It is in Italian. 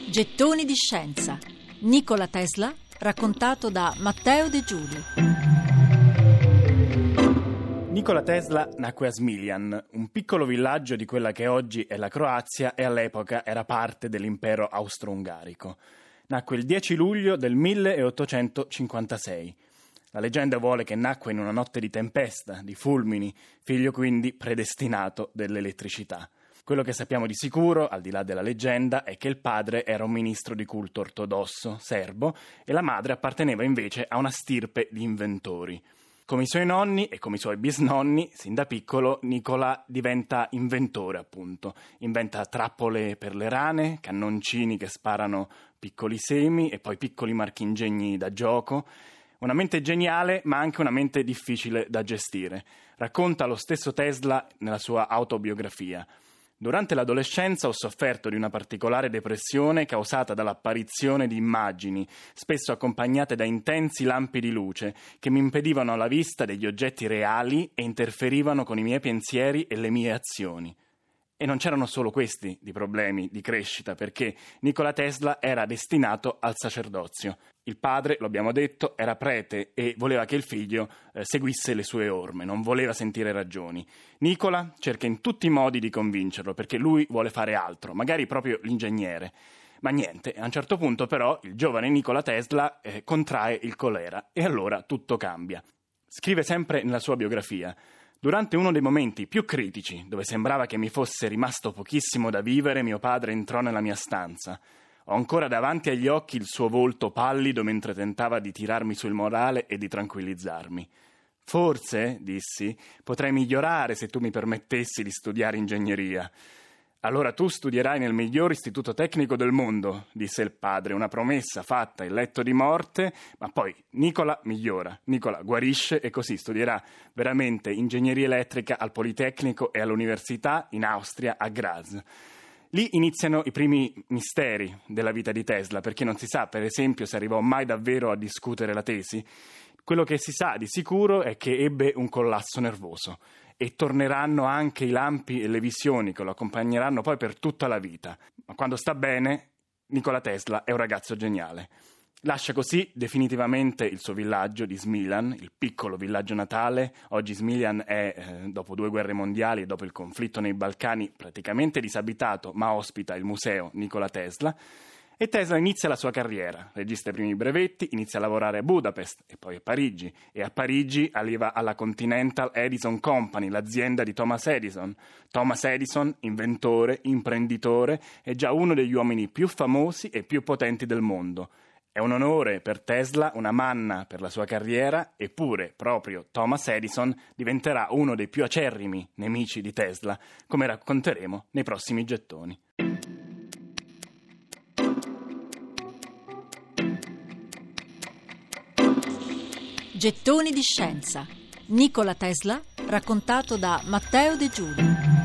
Gettoni di scienza. Nikola Tesla, raccontato da Matteo De Giulio. Nikola Tesla nacque a Smiljan, un piccolo villaggio di quella che oggi è la Croazia e all'epoca era parte dell'impero austro-ungarico. Nacque il 10 luglio del 1856. La leggenda vuole che nacque in una notte di tempesta, di fulmini, figlio quindi predestinato dell'elettricità. Quello che sappiamo di sicuro, al di là della leggenda, è che il padre era un ministro di culto ortodosso, serbo, e la madre apparteneva invece a una stirpe di inventori. Come i suoi nonni e come i suoi bisnonni, sin da piccolo Nikola diventa inventore, appunto. Inventa trappole per le rane, cannoncini che sparano piccoli semi e poi piccoli marchingegni da gioco. Una mente geniale, ma anche una mente difficile da gestire. Racconta lo stesso Tesla nella sua autobiografia. Durante l'adolescenza ho sofferto di una particolare depressione causata dall'apparizione di immagini, spesso accompagnate da intensi lampi di luce, che mi impedivano la vista degli oggetti reali e interferivano con i miei pensieri e le mie azioni. E non c'erano solo questi di problemi di crescita, perché Nikola Tesla era destinato al sacerdozio. Il padre, lo abbiamo detto, era prete e voleva che il figlio seguisse le sue orme, non voleva sentire ragioni. Nikola cerca in tutti i modi di convincerlo, perché lui vuole fare altro, magari proprio l'ingegnere. Ma niente, a un certo punto però il giovane Nikola Tesla contrae il colera e allora tutto cambia. Scrive sempre nella sua biografia: durante uno dei momenti più critici, dove sembrava che mi fosse rimasto pochissimo da vivere, mio padre entrò nella mia stanza. Ho ancora davanti agli occhi il suo volto pallido mentre tentava di tirarmi sul morale e di tranquillizzarmi. Forse, dissi, potrei migliorare se tu mi permettessi di studiare ingegneria. Allora tu studierai nel miglior istituto tecnico del mondo, disse il padre, una promessa fatta in letto di morte, ma poi Nikola migliora, Nikola guarisce e così studierà veramente ingegneria elettrica al Politecnico e all'università in Austria a Graz. Lì iniziano i primi misteri della vita di Tesla, perché non si sa, per esempio, se arrivò mai davvero a discutere la tesi. Quello che si sa di sicuro è che ebbe un collasso nervoso. E torneranno anche i lampi e le visioni che lo accompagneranno poi per tutta la vita. Ma quando sta bene, Nikola Tesla è un ragazzo geniale. Lascia così definitivamente il suo villaggio di Smiljan, il piccolo villaggio natale. Oggi Smiljan è, dopo 2 guerre mondiali e dopo il conflitto nei Balcani, praticamente disabitato, ma ospita il museo Nikola Tesla. E Tesla inizia la sua carriera, registra i primi brevetti, inizia a lavorare a Budapest e poi a Parigi. E a Parigi arriva alla Continental Edison Company, l'azienda di Thomas Edison. Thomas Edison, inventore, imprenditore, è già uno degli uomini più famosi e più potenti del mondo. È un onore per Tesla, una manna per la sua carriera, eppure proprio Thomas Edison diventerà uno dei più acerrimi nemici di Tesla, come racconteremo nei prossimi gettoni. Gettoni di scienza. Nikola Tesla, raccontato da Matteo De Giulio.